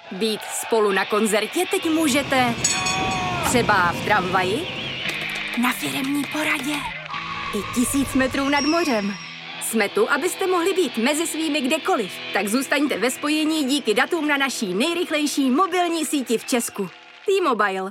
Být spolu na koncertě teď můžete třeba v tramvaji, na firemní poradě i 1000 metrů nad mořem. Jsme tu, abyste mohli být mezi svými kdekoliv. Tak zůstaňte ve spojení díky datům na naší nejrychlejší mobilní síti v Česku. T-Mobile.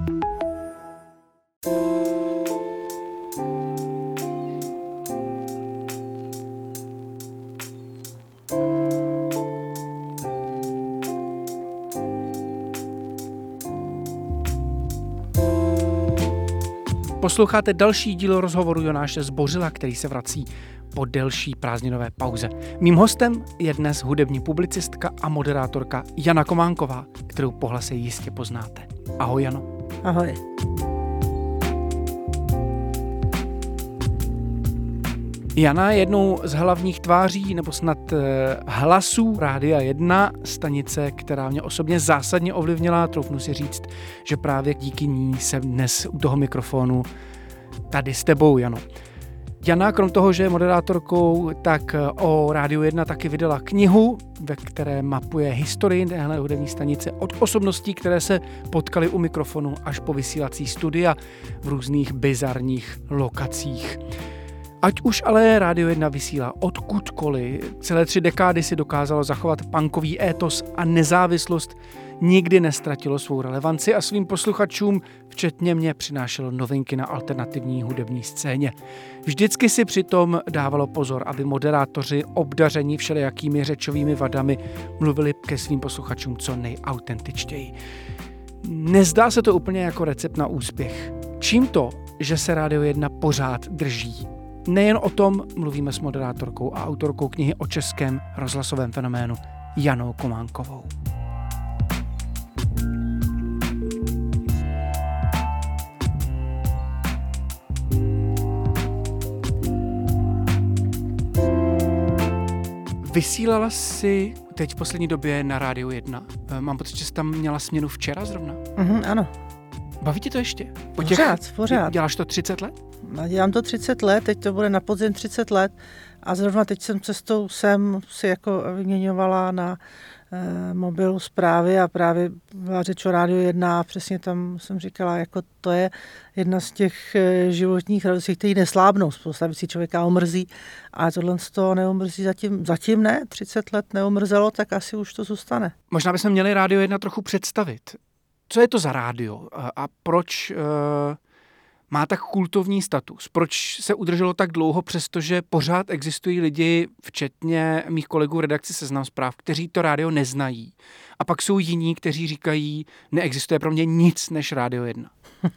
Posloucháte další díl rozhovoru Jonáše Zbořila, který se vrací po delší prázdninové pauze. Mým hostem je dnes hudební publicistka a moderátorka Jana Kománková, kterou po hlase jistě poznáte. Ahoj, Jano. Ahoj. Jana je jednou z hlavních tváří, nebo snad hlasů Rádia 1, stanice, která mě osobně zásadně ovlivnila. Troufnu si říct, že právě díky ní jsem dnes u toho mikrofonu tady s tebou, Jano. Jana, krom toho, že je moderátorkou, tak o Rádiu 1 taky vydala knihu, ve které mapuje historii téhle hudební stanice od osobností, které se potkaly u mikrofonu až po vysílací studia v různých bizarních lokacích. Ať už ale Rádio 1 vysílá odkudkoliv, celé 3 dekády si dokázalo zachovat punkový étos a nezávislost, nikdy nestratilo svou relevanci a svým posluchačům, včetně mě, přinášelo novinky na alternativní hudební scéně. Vždycky si přitom dávalo pozor, aby moderátoři obdaření všelijakými řečovými vadami mluvili ke svým posluchačům co nejautentičtěji. Nezdá se to úplně jako recept na úspěch. Čím to, že se Rádio 1 pořád drží? Nejen o tom mluvíme s moderátorkou a autorkou knihy o českém rozhlasovém fenoménu Janou Kománkovou. Vysílala jsi teď v poslední době na Rádiu 1. Mám pocit, že jsi tam měla směnu včera zrovna. Ano. Baví tě to ještě? Pořád. Děláš to 30 let? Dělám to 30 let, teď to bude na podzim 30 let a zrovna teď jsem cestou si jako vyměňovala na mobilu zprávy a právě byla řeč o Rádiu 1 a přesně tam jsem říkala, jako to je jedna z těch životních radostí, které neslábnou. Spousta věcí člověka omrzí, ale tohle z toho neomrzí zatím ne, 30 let neomrzelo, tak asi už to zůstane. Možná bychom měli Rádio 1 trochu představit. Co je to za rádio a proč má tak kultovní status? Proč se udrželo tak dlouho, přestože pořád existují lidi, včetně mých kolegů redakce Seznam Zpráv, kteří to rádio neznají. A pak jsou jiní, kteří říkají, neexistuje pro mě nic než Rádio 1.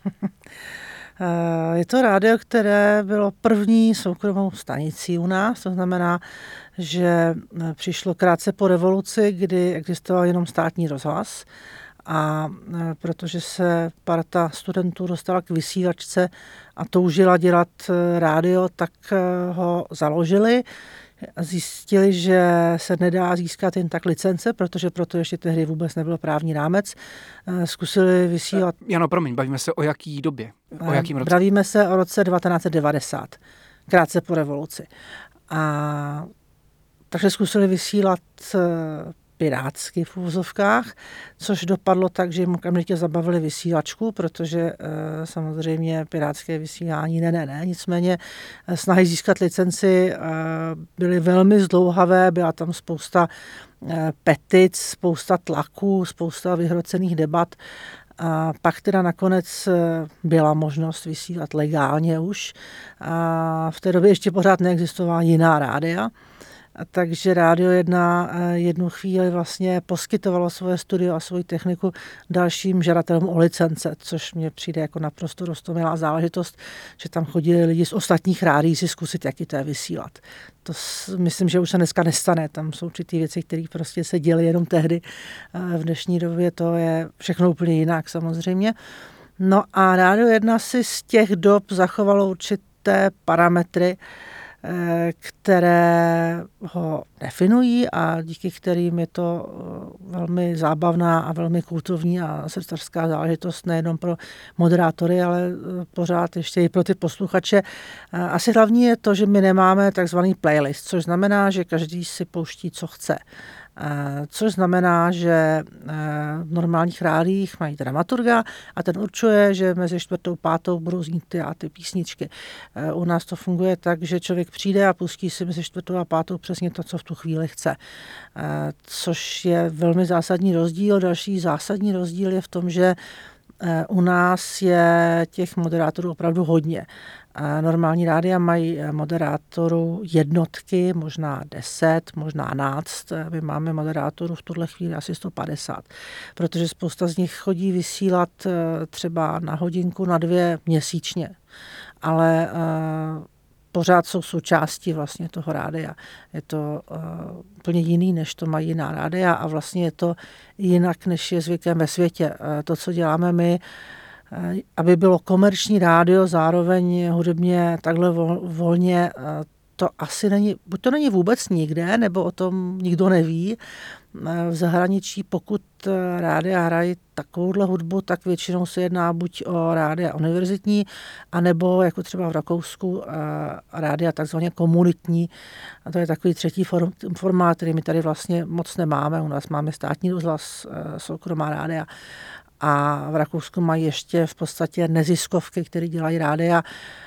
Je to rádio, které bylo první soukromou stanicí u nás, to znamená, že přišlo krátce po revoluci, kdy existoval jenom státní rozhlas. A protože se parta studentů dostala k vysílačce a toužila dělat rádio, tak ho založili. Zjistili, že se nedá získat jen tak licence, protože proto ještě tehdy vůbec nebyl právní rámec. Zkusili vysílat... Jano, promiň, bavíme se o jaký době? O jakým roce? Bavíme se o roce 1990, krátce po revoluci. A takže zkusili vysílat pirátsky v uvozovkách, což dopadlo tak, že jim okamžitě zabavili vysílačku, protože samozřejmě pirátské vysílání ne. Nicméně snahy získat licenci byly velmi zdlouhavé, byla tam spousta petic, spousta tlaků, spousta vyhrocených debat. A pak teda nakonec byla možnost vysílat legálně už. A v té době ještě pořád neexistovala jiná rádia. Takže Rádio 1 jednu chvíli vlastně poskytovalo svoje studio a svoji techniku dalším žadatelům o licence, což mně přijde jako naprosto roztomilá záležitost, že tam chodili lidi z ostatních rádií si zkusit, jak to je vysílat. To myslím, že už se dneska nestane. Tam jsou určitý věci, které prostě se děly jenom tehdy. V dnešní době to je všechno úplně jinak samozřejmě. No a Rádio 1 si z těch dob zachovalo určité parametry, které ho definují a díky kterým je to velmi zábavná a velmi kultovní a srdcařská záležitost nejenom pro moderátory, ale pořád ještě i pro ty posluchače. Asi hlavní je to, že my nemáme takzvaný playlist, což znamená, že každý si pouští, co chce. Což znamená, že v normálních rádiích mají dramaturga a ten určuje, že mezi 4. a 5. budou znít ty písničky. U nás to funguje tak, že člověk přijde a pustí si mezi 4. a 5. přesně to, co v tu chvíli chce. Což je velmi zásadní rozdíl. Další zásadní rozdíl je v tom, že u nás je těch moderátorů opravdu hodně. Normální rádia mají moderátorů jednotky, možná 10, možná 12. My máme moderátorů v tuhle chvíli asi 150, protože spousta z nich chodí vysílat třeba na hodinku, na 2 měsíčně. Ale pořád jsou součástí vlastně toho rádia. Je to úplně jiný, než to mají jiná rádia a vlastně je to jinak, než je zvykem ve světě. To, co děláme my, aby bylo komerční rádio, zároveň hudebně takhle volně, to asi není, buď to není vůbec nikde, nebo o tom nikdo neví. V zahraničí, pokud rádia hrají takovouhle hudbu, tak většinou se jedná buď o rádia univerzitní, anebo jako třeba v Rakousku rádia takzvaně komunitní. A to je takový třetí formát, který my tady vlastně moc nemáme. U nás máme státní rozhlas, soukromá rádia. A v Rakousku mají ještě v podstatě neziskovky, které dělají rádia,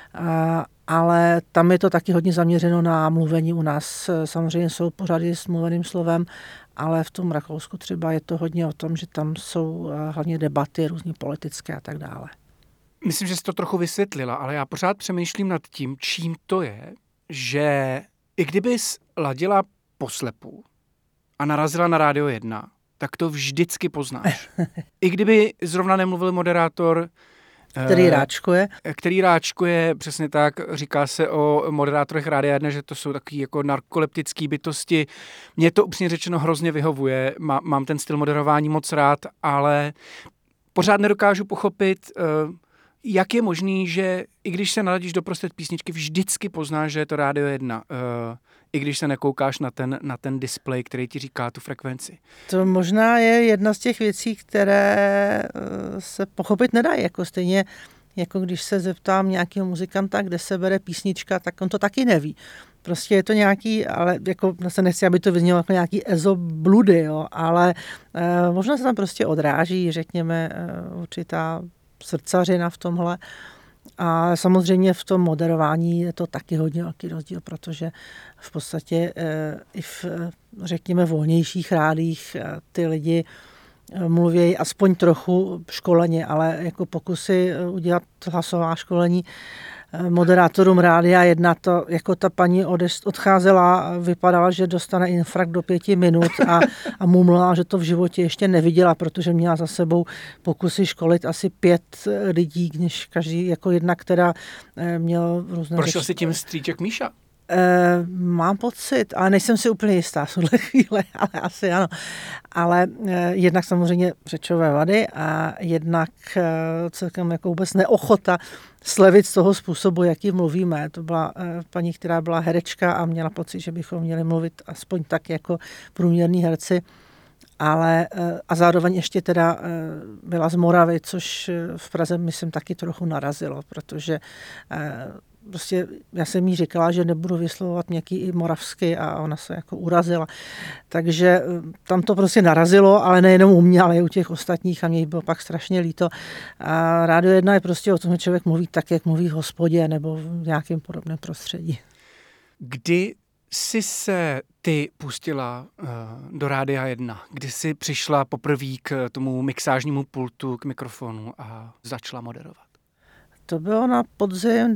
ale tam je to taky hodně zaměřeno na mluvení. U nás samozřejmě jsou pořady s mluveným slovem, ale v tom Rakousku třeba je to hodně o tom, že tam jsou hlavně debaty různě politické a tak dále. Myslím, že jsi to trochu vysvětlila, ale já pořád přemýšlím nad tím, čím to je, že i kdybys ladila poslepu a narazila na Rádio 1, tak to vždycky poznáš. I kdyby zrovna nemluvil moderátor, který ráčkuje, přesně tak, říká se o moderátorech Rádia 1, že to jsou takový jako narkoleptický bytosti. Mně to upřímně řečeno hrozně vyhovuje, mám ten styl moderování moc rád, ale pořád nedokážu pochopit, jak je možný, že i když se naladíš do prostřed písničky, vždycky poznáš, že je to Rádio 1. I když se nekoukáš na ten displej, který ti říká tu frekvenci. To možná je jedna z těch věcí, které se pochopit nedají. Jako stejně, jako když se zeptám nějakého muzikanta, kde se bere písnička, tak on to taky neví. Prostě je to nějaký, ale jako se nechci, aby to vyznělo jako nějaký ezobludy, jo, ale možná se tam prostě odráží, řekněme, určitá srdcařina v tomhle. A samozřejmě v tom moderování je to taky hodně velký rozdíl, protože v podstatě i v, řekněme, volnějších rádích ty lidi mluví aspoň trochu školeně, ale jako pokusy udělat hlasová školení moderátorům Rádia 1, to, jako ta paní odcházela, vypadala, že dostane infarkt do 5 minut a mumlala, že to v životě ještě neviděla, protože měla za sebou pokusy školit asi 5 lidí, než každý jako jedna, která měla různé... Prošel si tím Strýček Míša? Mám pocit, ale nejsem si úplně jistá v tuhle chvíli, ale asi ano. Ale jednak samozřejmě řečové vady a jednak celkem jako vůbec neochota slevit z toho způsobu, jaký mluvíme. To byla paní, která byla herečka a měla pocit, že bychom měli mluvit aspoň tak jako průměrní herci. Ale a zároveň ještě teda byla z Moravy, což v Praze myslím taky trochu narazilo, protože prostě já jsem jí říkala, že nebudu vyslovovat nějaký i moravsky a ona se jako urazila. Takže tam to prostě narazilo, ale nejenom u mě, ale i u těch ostatních a mě bylo pak strašně líto. A Rádio 1 je prostě o tom, že člověk mluví tak, jak mluví v hospodě nebo v nějakém podobném prostředí. Kdy jsi se ty pustila do Rádia 1? Kdy jsi přišla poprvé k tomu mixážnímu pultu, k mikrofonu a začala moderovat? To bylo na podzim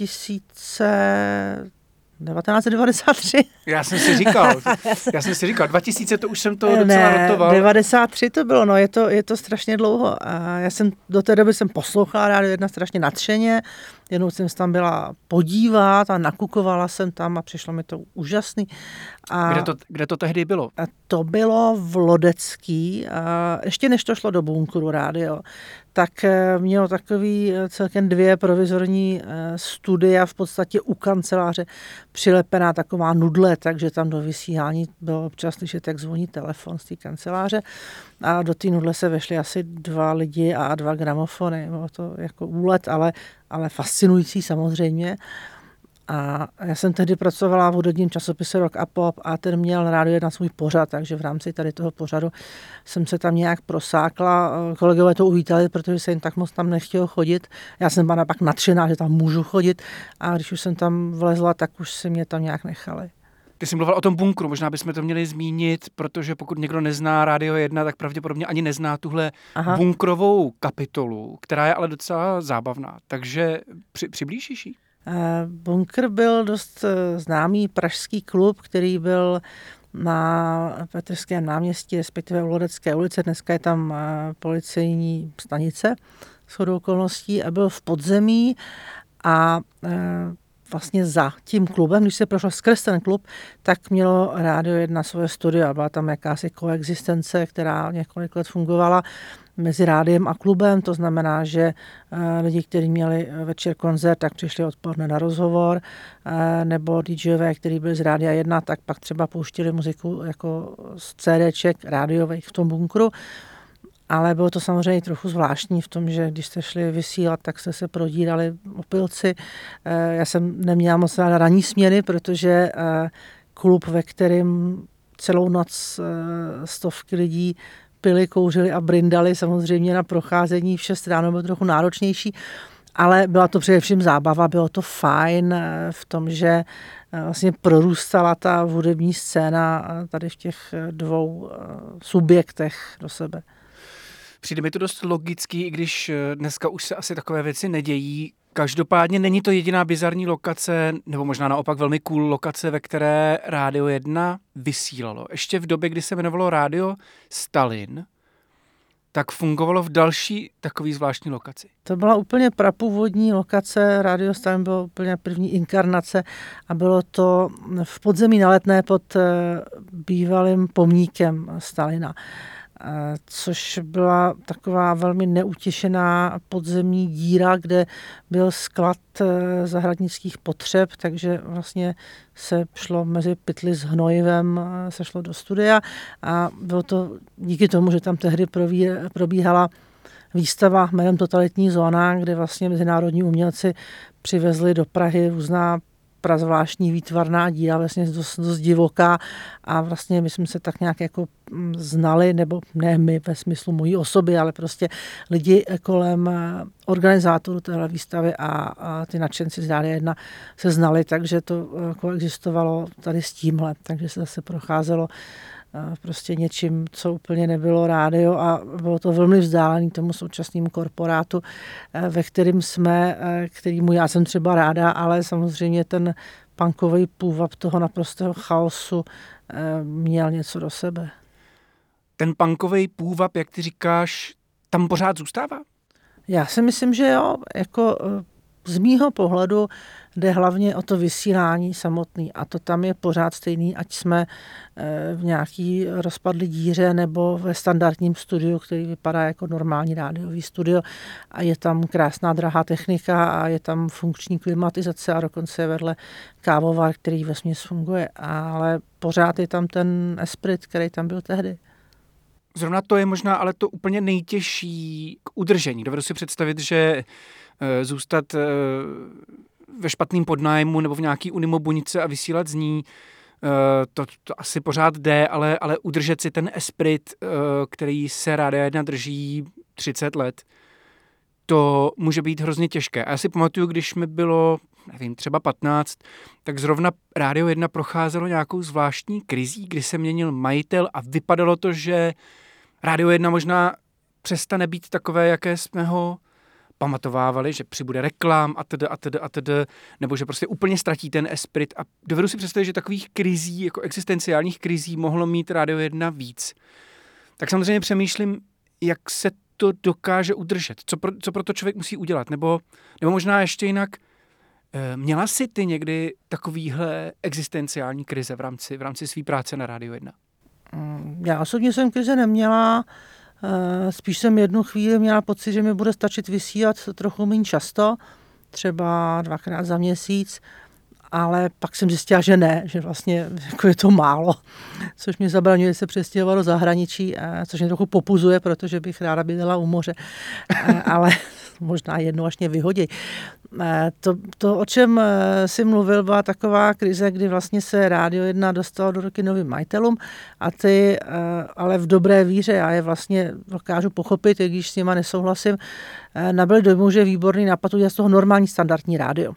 1993. Já jsem si říkal, 2000 to už jsem to docela notoval. 93 to bylo, no je to strašně dlouho. A já jsem do té doby poslouchala Rádio 1 strašně nadšeně. Jednou jsem se tam byla podívat a nakukovala jsem tam a přišlo mi to úžasný. Kde to tehdy bylo? A to bylo v Lodecký. A ještě než to šlo do bunkru rádio, tak mělo takový celkem 2 provizorní studia v podstatě u kanceláře přilepená taková nudle, takže tam do vysílání bylo občas slyšet, jak zvoní telefon z té kanceláře a do té nudle se vešly asi 2 lidi a 2 gramofony. Bylo to jako úlet, ale fascinující samozřejmě. A já jsem tehdy pracovala v hudebním časopise Rock a Pop a ten měl Rádio 1 svůj pořad, takže v rámci tady toho pořadu jsem se tam nějak prosákla. Kolegové to uvítali, protože se jim tak moc tam nechtělo chodit. Já jsem byla pak nadšená, že tam můžu chodit a když už jsem tam vlezla, tak už se mě tam nějak nechali. Ty jsi mluvil o tom bunkru, možná bychom to měli zmínit, protože pokud někdo nezná Rádio 1, tak pravděpodobně ani nezná tuhle bunkrovou kapitolu, která je ale docela zábavná. Takže přiblížíš ji? Bunkr byl dost známý pražský klub, který byl na Petrském náměstí, respektive u Lodecké ulice. Dneska je tam policejní stanice shodou okolností a byl v podzemí a vlastně za tím klubem, když se prošlo skrz ten klub, tak mělo Rádio 1 svoje studio a byla tam jakási koexistence, která několik let fungovala mezi rádiem a klubem, to znamená, že lidi, kteří měli večer koncert, tak přišli odpoledne na rozhovor, nebo DJové, kteří byli z Rádia 1, tak pak třeba pouštili muziku jako z CDček rádiových v tom bunkru. Ale bylo to samozřejmě trochu zvláštní v tom, že když jste šli vysílat, tak jste se prodírali opilci. Já jsem neměla moc ráda ranní směny, protože klub, ve kterém celou noc stovky lidí pili, kouřili a brindali, samozřejmě na procházení v 6 ráno bylo trochu náročnější, ale byla to především zábava, bylo to fajn v tom, že vlastně prorůstala ta hudební scéna tady v těch dvou subjektech do sebe. Přijde mi to dost logický, i když dneska už se asi takové věci nedějí. Každopádně není to jediná bizarní lokace, nebo možná naopak velmi cool lokace, ve které Rádio 1 vysílalo. Ještě v době, kdy se jmenovalo Rádio Stalin, tak fungovalo v další takový zvláštní lokaci. To byla úplně prapůvodní lokace, Rádio Stalin bylo úplně první inkarnace a bylo to v podzemí na Letné pod bývalým pomníkem Stalina. Což byla taková velmi neutěšená podzemní díra, kde byl sklad zahradnických potřeb, takže vlastně se šlo mezi pytli s hnojivem, se šlo do studia a bylo to díky tomu, že tam tehdy probíhala výstava jménem Totalitní zóna, kde vlastně mezinárodní umělci přivezli do Prahy různá prazvláštní výtvarná díla, vlastně dost divoká a vlastně my jsme se tak nějak jako znali, nebo ne my ve smyslu mojí osoby, ale prostě lidi kolem organizátorů téhle výstavy a ty nadšenci z Rádia 1 se znali, takže to koexistovalo tady s tímhle, takže se zase procházelo prostě něčím, co úplně nebylo rádio a bylo to velmi vzdálený tomu současnému korporátu, ve kterým jsme, kterýmu já jsem třeba ráda, ale samozřejmě ten punkový půvab toho naprostého chaosu měl něco do sebe. Ten punkový půvab, jak ty říkáš, tam pořád zůstává? Já si myslím, že jo, jako z mýho pohledu jde hlavně o to vysílání samotný a to tam je pořád stejný, ať jsme v nějaký rozpadlý díře nebo ve standardním studiu, který vypadá jako normální rádiový studio a je tam krásná drahá technika a je tam funkční klimatizace a dokonce je vedle kávovar, který vesměs funguje, ale pořád je tam ten esprit, který tam byl tehdy. Zrovna to je možná ale to úplně nejtěžší k udržení. Dovedu si představit, že zůstat ve špatným podnájmu nebo v nějaký unimobuňce a vysílat z ní, to asi pořád jde, ale udržet si ten esprit, který se Rádia 1 drží 30 let, to může být hrozně těžké. A já si pamatuju, když mi bylo, nevím, třeba 15, tak zrovna Rádio 1 procházelo nějakou zvláštní krizí, kdy se měnil majitel a vypadalo to, že Rádio 1 možná přestane být takové, jaké jsme ho pamatovávali, že přibude reklám atd, nebo že prostě úplně ztratí ten esprit a dovedu si představit, že takových krizí, jako existenciálních krizí mohlo mít Rádio 1 víc. Tak samozřejmě přemýšlím, jak se to dokáže udržet, co pro to člověk musí udělat, nebo možná ještě jinak, měla jsi ty někdy takovýhle existenciální krize v rámci své práce na Rádiu 1? Já osobně jsem krize neměla, spíš jsem jednu chvíli měla pocit, že mi bude stačit vysílat trochu méně často, třeba 2krát za měsíc, ale pak jsem zjistila, že ne, že vlastně jako je to málo, což mě zabraňuje se přestěhovat do zahraničí, což mě trochu popuzuje, protože bych ráda bydlela u moře, ale možná jednou až mě vyhodí. To, o čem si mluvil, byla taková krize, kdy vlastně se Rádio 1 dostalo do ruky novým majitelům a ty, ale v dobré víře, já je vlastně dokážu pochopit, i když s nima nesouhlasím, nabyli dojmu, že je výborný nápad udělat z toho normální standardní rádio,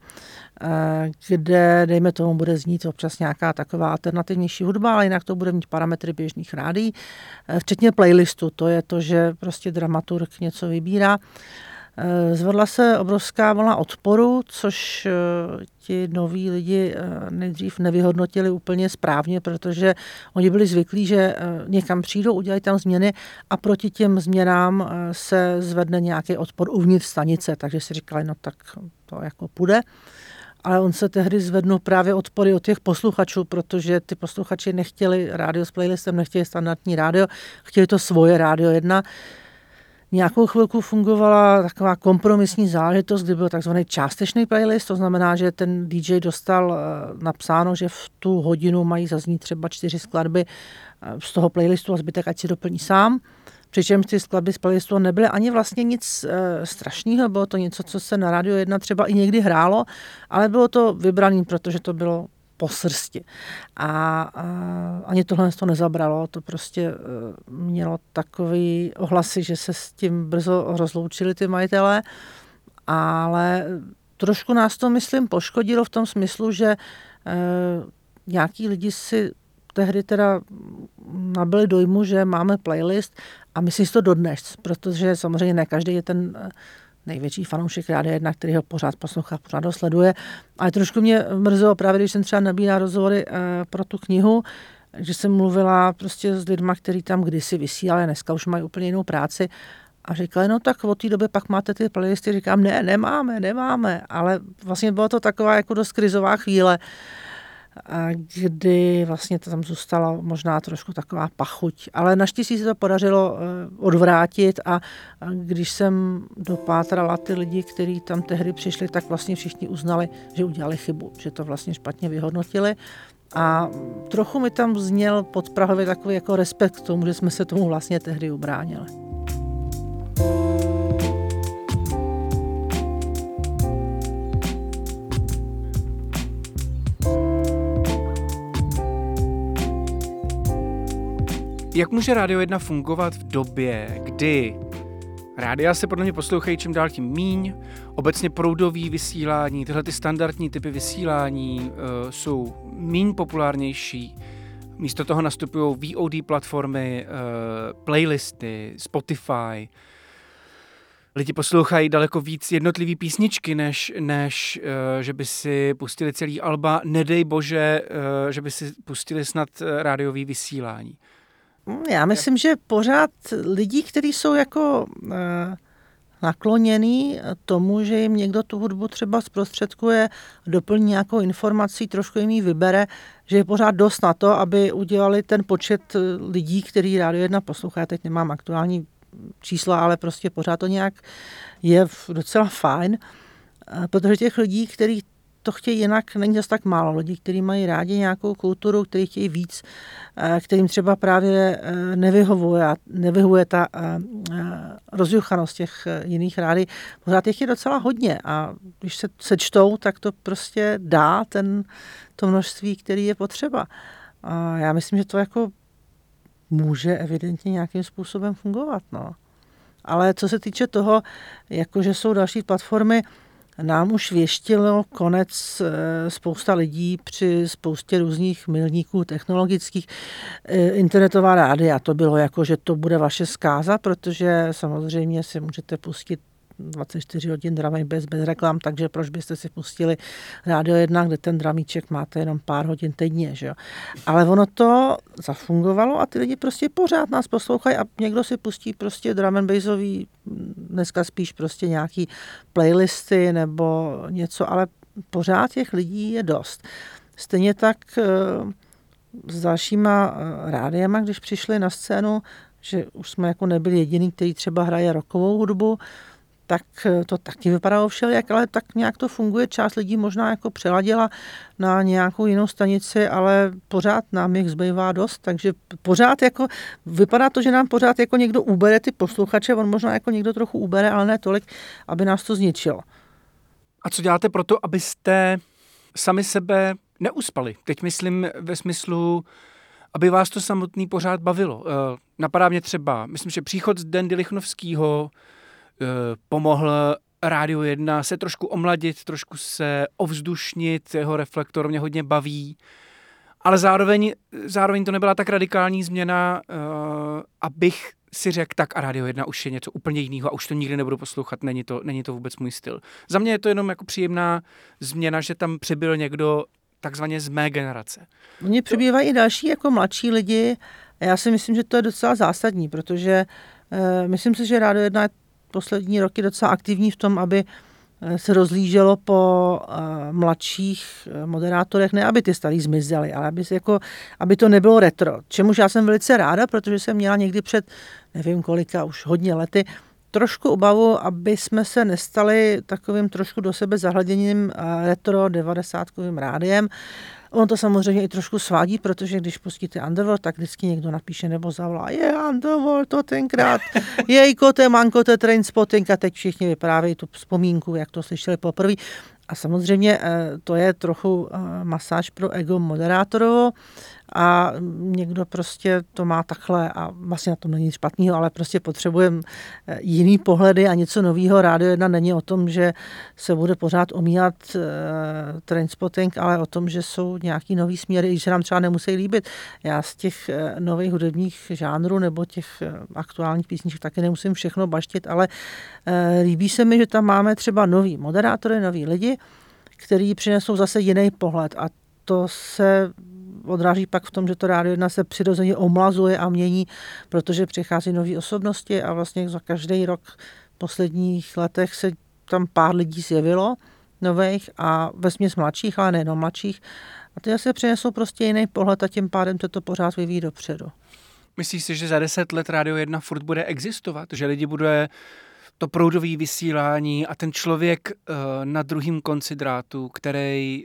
kde, dejme tomu, bude znít občas nějaká taková alternativnější hudba, ale jinak to bude mít parametry běžných rádií, včetně playlistu. To je to, že prostě dramaturg něco vybírá. Zvedla se obrovská vlna odporu, což ti noví lidi nejdřív nevyhodnotili úplně správně, protože oni byli zvyklí, že někam přijdou, udělají tam změny a proti těm změnám se zvedne nějaký odpor uvnitř stanice, takže si říkali, no tak to jako půjde. Ale on se tehdy zvednul právě odpory od těch posluchačů, protože ty posluchači nechtěli rádio s playlistem, nechtěli standardní rádio, chtěli to svoje Rádio 1. Nějakou chvilku fungovala taková kompromisní záležitost, kdy byl takzvaný částečný playlist, to znamená, že ten DJ dostal napsáno, že v tu hodinu mají zaznít třeba 4 skladby z toho playlistu a zbytek ať si doplní sám. Přičemž ty skladby z playlistu nebyly ani vlastně nic strašného, bylo to něco, co se na Rádio 1 třeba i někdy hrálo, ale bylo to vybraný, protože to bylo po srsti. A ani tohle to nezabralo, to prostě mělo takový ohlasy, že se s tím brzo rozloučili ty majitelé, ale trošku nás to, myslím, poškodilo v tom smyslu, že nějaký lidi si tehdy teda nabyli dojmu, že máme playlist a myslí si to dodnes, protože samozřejmě ne každý je ten největší fanoušek Rádia 1, který ho pořád poslouchá, pořád ho sleduje. Ale trošku mě mrzelo právě, když jsem třeba nabírala rozhovory pro tu knihu, že jsem mluvila prostě s lidma, kteří tam kdysi vysílali, dneska už mají úplně jinou práci a říkali, no tak od té doby pak máte ty playlisty, říkám, ne, nemáme, ale vlastně byla to taková jako dost krizová chvíle, kdy vlastně to tam zůstala možná trošku taková pachuť. Ale naštěstí se to podařilo odvrátit a když jsem dopátrala ty lidi, kteří tam tehdy přišli, tak vlastně všichni uznali, že udělali chybu, že to vlastně špatně vyhodnotili. A trochu mi tam zněl podprahově takový jako respekt k tomu, že jsme se tomu vlastně tehdy ubránili. Jak může Rádio 1 fungovat v době, kdy rádia se podle mě poslouchají čím dál tím míň, obecně proudový vysílání, tyhle ty standardní typy vysílání jsou míň populárnější, místo toho nastupují VOD platformy, playlisty, Spotify. Lidi poslouchají daleko víc jednotlivý písničky, než že by si pustili celý alba, nedej bože, že by si pustili snad rádiový vysílání. Já myslím, že pořád lidí, kteří jsou jako nakloněný tomu, že jim někdo tu hudbu třeba zprostředkuje, doplní nějakou informací, trošku jim ji vybere, že je pořád dost na to, aby udělali ten počet lidí, který Rádio 1 poslouchá. Já teď nemám aktuální čísla, ale prostě pořád to nějak je docela fajn, protože těch lidí, kteří to chtějí jinak, není zase tak málo. Lidi, kteří mají rádi nějakou kulturu, kteří chtějí víc, kterým třeba právě nevyhovuje ta rozjuchanost těch jiných rádií. Pořád těch je docela hodně a když se sečtou, tak to prostě dá to množství, který je potřeba. A já myslím, že to jako může evidentně nějakým způsobem fungovat. No. Ale co se týče toho, jakože jsou další platformy, nám už věštilo konec spousta lidí při spoustě různých milníků technologických. Internetová rádia, to bylo jako, že to bude vaše zkáza, protože samozřejmě si můžete pustit 24 hodin drum bez reklam, takže proč byste si pustili Rádio 1, kde ten dramíček máte jenom pár hodin týdně, že jo. Ale ono to zafungovalo a ty lidi prostě pořád nás poslouchají a někdo si pustí prostě drum and bassový, dneska spíš prostě nějaký playlisty nebo něco, ale pořád těch lidí je dost. Stejně tak s dalšíma rádiema, když přišli na scénu, že už jsme jako nebyli jediný, který třeba hraje rockovou hudbu, tak to taky vypadalo všelijak, ale tak nějak to funguje. Část lidí možná jako přeladila na nějakou jinou stanici, ale pořád nám jich zbývá dost, takže pořád jako vypadá to, že nám pořád jako někdo ubere ty posluchače, on možná jako někdo trochu ubere, ale ne tolik, aby nás to zničilo. A co děláte pro to, abyste sami sebe neuspali? Teď myslím ve smyslu, aby vás to samotný pořád bavilo. Napadá mě třeba, myslím, že příchod z Dandy Lichnovskýho pomohl Rádiu 1 se trošku omladit, trošku se ovzdušnit, jeho Reflektor mě hodně baví, ale zároveň to nebyla tak radikální změna, abych si řekl, tak a Rádio 1 už je něco úplně jiného a už to nikdy nebudu poslouchat, není to vůbec můj styl. Za mě je to jenom jako příjemná změna, že tam přibyl někdo takzvaně z mé generace. Mně přibývají i další jako mladší lidi a já si myslím, že to je docela zásadní, protože myslím si, že Rádio 1 je poslední roky docela aktivní v tom, aby se rozlíželo po mladších moderátorech, ne aby ty starý zmizeli, ale aby to nebylo retro. Čemuž já jsem velice ráda, protože jsem měla někdy před, nevím kolika, už hodně lety, trošku obavu, aby jsme se nestali takovým trošku do sebe zahleděným retro 90kovým rádiem. On to samozřejmě i trošku svádí, protože když pustíte Underworld, tak vždycky někdo napíše nebo zavolá, je Underworld to tenkrát, jejkote, mankote, Trainspotting a teď všichni vyprávějí tu vzpomínku, jak to slyšeli poprvé. A samozřejmě to je trochu masáž pro ego moderátorovo a někdo prostě to má takhle a vlastně na tom není nic špatného, ale prostě potřebujeme jiný pohledy a něco nového. Rádio 1 není o tom, že se bude pořád omíhat Trainspotting, ale o tom, že jsou nějaký nový směry, i že nám třeba nemusí líbit. Já z těch nových hudebních žánrů nebo těch aktuálních písniček taky nemusím všechno baštit, ale líbí se mi, že tam máme třeba nový moderátory, noví lidi, který přinesou zase jiný pohled a to se odráží pak v tom, že to Rádio 1 se přirozeně omlazuje a mění, protože přichází nové osobnosti a vlastně za každý rok v posledních letech se tam pár lidí zjevilo nových a vesměs mladších, ale nejenom mladších. A ty se přinesou prostě jiný pohled a tím pádem se to pořád vyvíjí dopředu. Myslíš si, že za 10 let Rádio 1 furt bude existovat? Že lidi bude to proudové vysílání a ten člověk na druhém konci drátu, který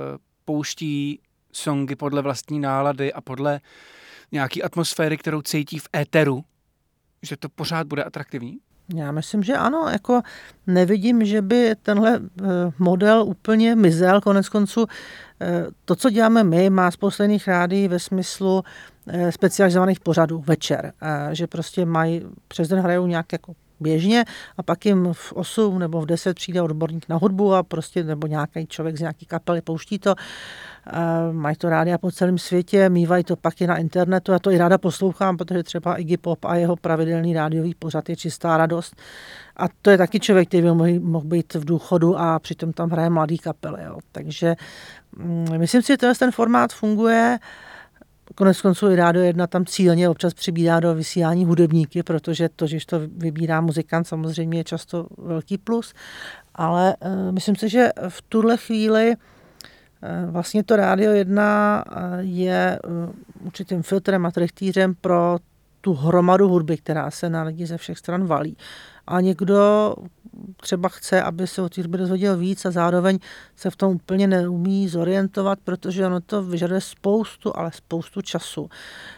pouští songy podle vlastní nálady a podle nějaký atmosféry, kterou cítí v éteru, že to pořád bude atraktivní? Já myslím, že ano. Jako nevidím, že by tenhle model úplně mizel. Konec konců to, co děláme my, má z posledních rádií ve smyslu specializovaných pořadů večer. Že prostě mají, přes den hrajou nějak jako běžně a pak jim v 8 nebo v 10 přijde odborník na hudbu a prostě nebo nějaký člověk z nějaký kapely pouští to. Mají to rádia po celém světě, mívají to pak i na internetu. Já to i ráda poslouchám, protože třeba Iggy Pop a jeho pravidelný rádiový pořad je čistá radost. A to je taky člověk, který by mohl být v důchodu a přitom tam hraje mladý kapely. Jo. Takže myslím si, že ten formát funguje. Konec konců i Rádio 1 tam cílně občas přibírá do vysílání hudebníky, protože to, že to vybírá muzikant, samozřejmě je často velký plus. Ale myslím si, že v tuhle chvíli vlastně to Rádio 1 je určitým filtrem a trychtýřem pro tu hromadu hudby, která se na lidi ze všech stran valí. A někdo třeba chce, aby se o té hudbě dozvěděl víc a zároveň se v tom úplně neumí zorientovat, protože ono to vyžaduje spoustu času,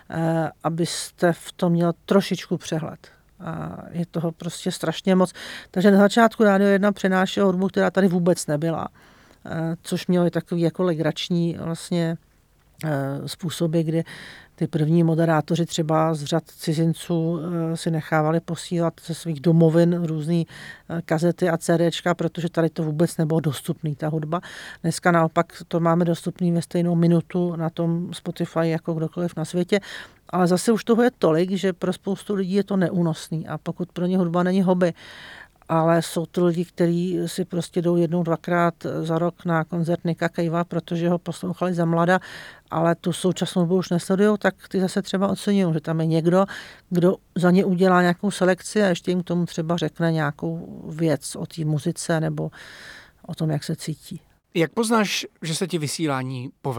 abyste v tom měl trošičku přehled. A je toho prostě strašně moc. Takže na začátku Rádio 1 přenášelo hudbu, která tady vůbec nebyla, což mělo i takový jako legrační vlastně způsoby, kdy ty první moderátoři třeba z řad cizinců si nechávali posílat ze svých domovin různé kazety a CDčka, protože tady to vůbec nebylo dostupný, ta hudba. Dneska naopak to máme dostupný ve stejnou minutu na tom Spotify jako kdokoliv na světě, ale zase už toho je tolik, že pro spoustu lidí je to neúnosný a pokud pro ně hudba není hobby, ale jsou to lidi, kteří si prostě jdou 1-2krát za rok na koncert Nicka Cavea, protože ho poslouchali za mlada, ale tu současnou dobu už nesledujou, tak ty zase třeba oceňují, že tam je někdo, kdo za ně udělá nějakou selekci a ještě jim k tomu třeba řekne nějakou věc o té muzice nebo o tom, jak se cítí. Jak poznáš, že se ti vysílání povedlo?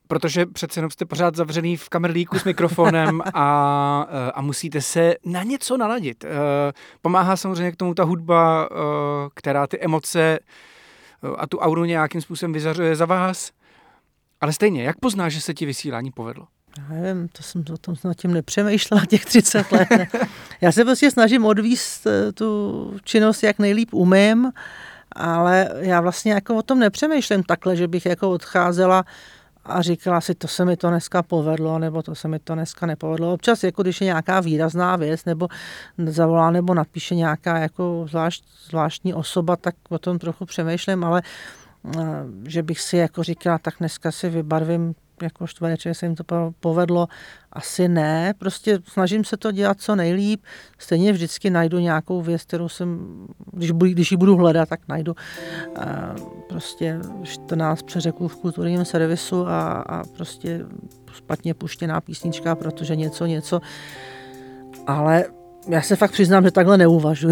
protože přece jenom jste pořád zavřený v kamerlíku s mikrofonem a musíte se na něco naladit. Pomáhá samozřejmě k tomu ta hudba, která ty emoce a tu auru nějakým způsobem vyzařuje za vás. Ale stejně, jak poznáš, že se ti vysílání povedlo? Já nevím, to jsem nad tím nepřemýšlela těch 30 let. Já se prostě snažím odvíst tu činnost, jak nejlíp umím, ale já vlastně jako o tom nepřemýšlím takhle, že bych jako odcházela a říkala si, to se mi to dneska povedlo, nebo to se mi to dneska nepovedlo. Občas, jako když je nějaká výrazná věc, nebo zavolá, nebo napíše nějaká jako zvláštní osoba, tak o tom trochu přemýšlím, ale že bych si jako říkala, tak dneska si vybarvím jako čtvereček, se jim to povedlo, asi ne. Prostě snažím se to dělat co nejlíp. Stejně vždycky najdu nějakou věc, kterou jsem, když ji budu hledat, tak najdu prostě 14 přeřeků v kulturním servisu a prostě špatně puštěná písnička, protože něco. Ale já se fakt přiznám, že takhle neuvažuju.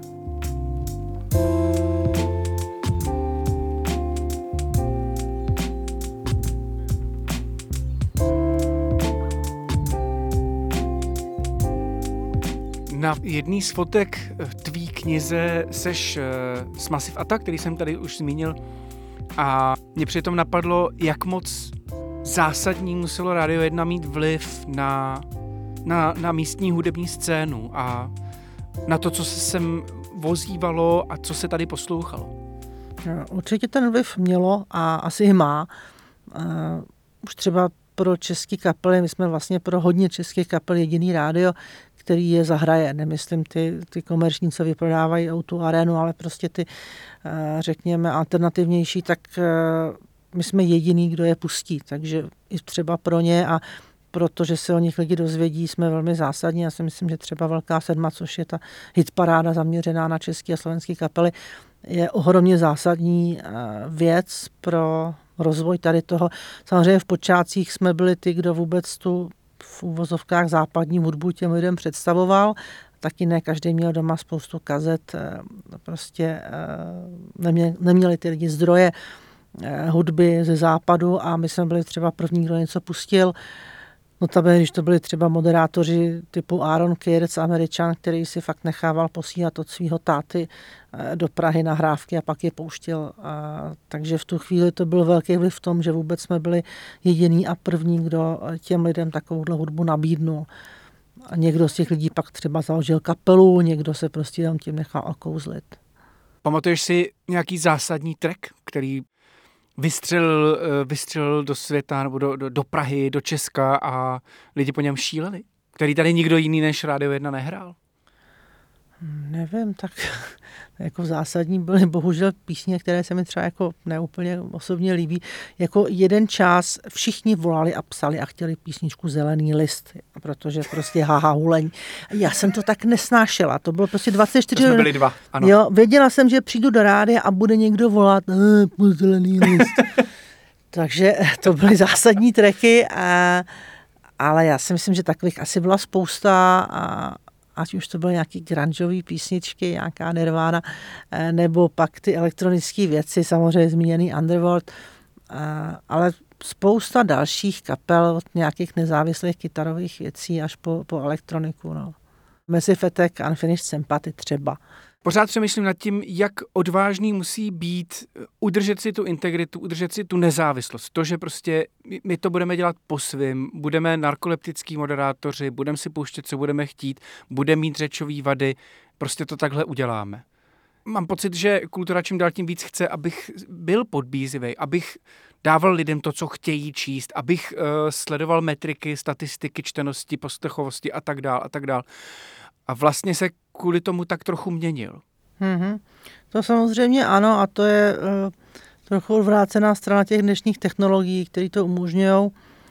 Na jedný z fotek v tvý knize seš s Massive Attack, který jsem tady už zmínil, a mě přitom napadlo, jak moc zásadní muselo Radio 1 mít vliv na místní hudební scénu a na to, co se sem vozívalo a co se tady poslouchalo. Určitě ten vliv mělo a asi má. Už třeba pro české kapely, my jsme vlastně pro hodně českých kapel jediný rádio, který je zahraje. Nemyslím ty komerční, co vyprodávají tu arénu, ale prostě ty, řekněme, alternativnější, tak my jsme jediný, kdo je pustí. Takže i třeba pro ně a protože se o nich lidi dozvědí, jsme velmi zásadní. Já si myslím, že třeba Velká sedma, což je ta hitparáda zaměřená na české a slovenské kapely, je ohromně zásadní věc pro rozvoj tady toho. Samozřejmě v počátcích jsme byli ty, kdo vůbec tu v uvozovkách západní hudbu těm lidem představoval. Taky ne každý měl doma spoustu kazet. Prostě neměli ty lidi zdroje hudby ze západu a my jsme byli třeba první, kdo něco pustil. Notabene, když to byli třeba moderátoři typu Aaron Kurtz, Američan, který si fakt nechával posílat od svého táty do Prahy nahrávky a pak je pouštěl. Takže v tu chvíli to byl velký vliv v tom, že vůbec jsme byli jediný a první, kdo těm lidem takovouhle hudbu nabídnul. A někdo z těch lidí pak třeba založil kapelu, někdo se prostě tam tím nechal okouzlit. Pamatuješ si nějaký zásadní track, který vystřelil do světa nebo do Prahy, do Česka a lidi po něm šíleli? Který tady nikdo jiný než Radio 1 nehrál? Nevím, tak jako zásadní byly bohužel písně, které se mi třeba jako neúplně osobně líbí. Jako jeden čas všichni volali a psali a chtěli písničku Zelený list, protože prostě huleň. Já jsem to tak nesnášela, to bylo prostě 24 To jsme byli dva, ano. Jo, věděla jsem, že přijdu do rádia a bude někdo volat Zelený list. Takže to byly zásadní tracky, ale já si myslím, že takových asi byla spousta a ať už to byly nějaké grungeové písničky, nějaká Nirvana, nebo pak ty elektronické věci, samozřejmě zmíněný Underworld, ale spousta dalších kapel od nějakých nezávislých kytarových věcí až po elektroniku. No. Massive Attack, Unfinished Sympathy třeba. Pořád přemýšlím nad tím, jak odvážný musí být udržet si tu integritu, udržet si tu nezávislost. To, že prostě my to budeme dělat po svým, budeme narkoleptický moderátoři, budeme si pouštět, co budeme chtít, budeme mít řečové vady, prostě to takhle uděláme. Mám pocit, že kultura čím dál tím víc chce, abych byl podbízivý, abych dával lidem to, co chtějí číst, abych sledoval metriky, statistiky, čtenosti, poslechovosti a tak dál. A vlastně se kvůli tomu tak trochu měnil. To samozřejmě ano a to je trochu odvrácená strana těch dnešních technologií, které to umožňují.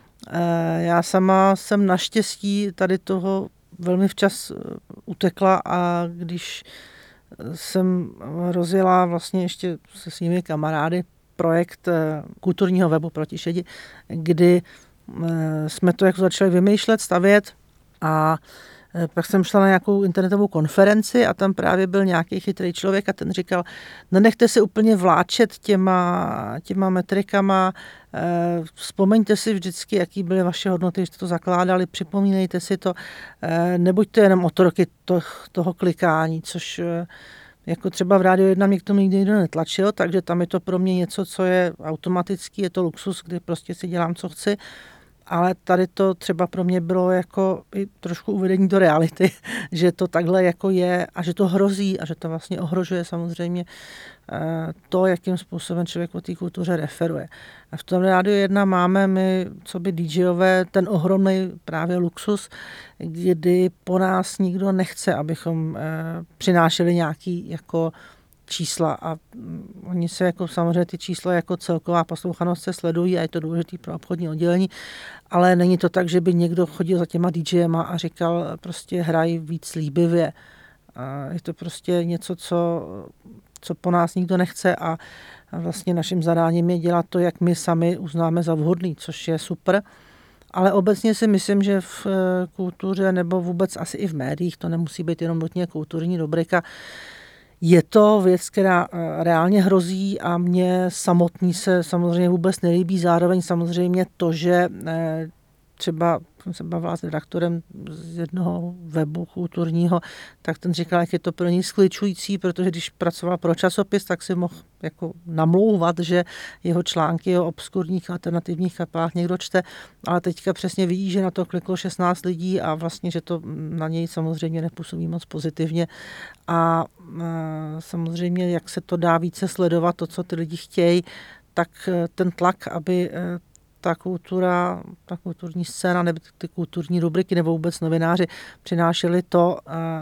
Já sama jsem naštěstí tady toho velmi včas utekla a když jsem rozjela vlastně ještě se svými kamarády projekt kulturního webu Proti šedi, kdy jsme to jako začali vymýšlet, stavět a Pak jsem šla na nějakou internetovou konferenci a tam právě byl nějaký chytrý člověk a ten říkal, nenechte se úplně vláčet těma metrikama, vzpomeňte si vždycky, jaký byly vaše hodnoty, když jste to zakládali, připomínejte si to, nebuďte jenom otroky toho klikání, což jako třeba v Rádiu 1 mě k tomu nikdy nikdo netlačil, takže tam je to pro mě něco, co je automatický, je to luxus, kdy prostě si dělám, co chci. Ale tady to třeba pro mě bylo jako i trošku uvedení do reality, že to takhle jako je a že to hrozí a že to vlastně ohrožuje samozřejmě to, jakým způsobem člověk o té kultuře referuje. A v tom Rádiu 1 máme my, co by DJové, ten ohromný právě luxus, kdy po nás nikdo nechce, abychom přinášeli nějaký jako čísla a oni se jako samozřejmě ty čísla jako celková poslouchanost se sledují a je to důležité pro obchodní oddělení, ale není to tak, že by někdo chodil za těma DJema a říkal prostě hraj víc líbivě. A je to prostě něco, co po nás nikdo nechce a vlastně naším zadáním je dělat to, jak my sami uznáme za vhodný, což je super. Ale obecně si myslím, že v kultuře nebo vůbec asi i v médiích, to nemusí být jenom nutně kulturní rubrika, je to věc, která reálně hrozí a mě samotný se samozřejmě vůbec nelíbí. Zároveň samozřejmě to, že třeba jsem se bavila s redaktorem z jednoho webu kulturního, tak ten říkal, jak je to pro něj skličující, protože když pracoval pro časopis, tak si mohl jako namlouvat, že jeho články o obskurních alternativních kapelách někdo čte, ale teďka přesně vidí, že na to kliklo 16 lidí a vlastně, že to na něj samozřejmě nepůsobí moc pozitivně. A samozřejmě, jak se to dá více sledovat, to, co ty lidi chtějí, tak ten tlak, aby ta kulturní scéna nebo ty kulturní rubriky nebo vůbec novináři přinášeli to,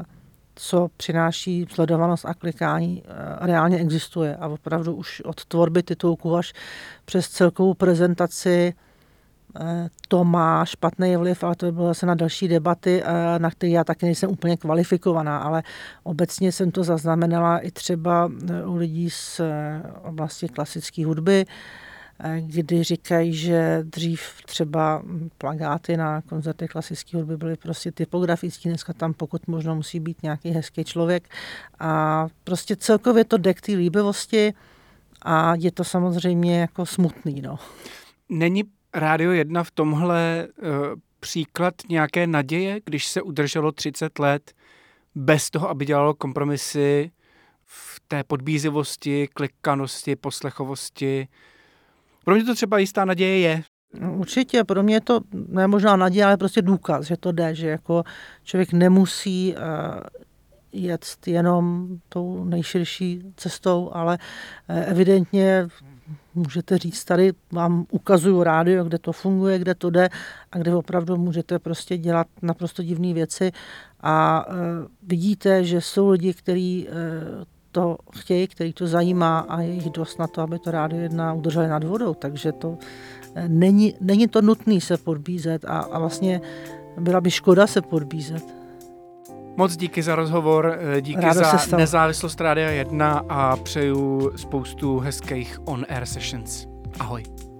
co přináší sledovanost a klikání, reálně existuje. A opravdu už od tvorby titulku až přes celkovou prezentaci to má špatný vliv, ale to by bylo zase na další debaty, na které já taky nejsem úplně kvalifikovaná, ale obecně jsem to zaznamenala i třeba u lidí z oblasti klasické hudby, kdy říkají, že dřív třeba plakáty na koncerty klasické hudby byly prostě typografický, dneska tam pokud možno musí být nějaký hezký člověk a prostě celkově to jde k té líbivosti a je to samozřejmě jako smutný. No. Není Rádio 1 v tomhle příklad nějaké naděje, když se udrželo 30 let bez toho, aby dělalo kompromisy v té podbízivosti, klikanosti, poslechovosti? Pro mě to třeba jistá naděje je. No, určitě, pro mě je to ne možná naděje, ale prostě důkaz, že to jde, že jako člověk nemusí jet jenom tou nejširší cestou, ale evidentně můžete říct, tady vám ukazuju rádio, kde to funguje, kde to jde a kde opravdu můžete prostě dělat naprosto divné věci a vidíte, že jsou lidi, kteří to chtějí, který to zajímá a je jich dost na to, aby to Rádio 1 udrželi nad vodou, takže to není to nutné se podbízet a vlastně byla by škoda se podbízet. Moc díky za rozhovor, díky za nezávislost Rádia 1 a přeju spoustu hezkých on-air sessions. Ahoj.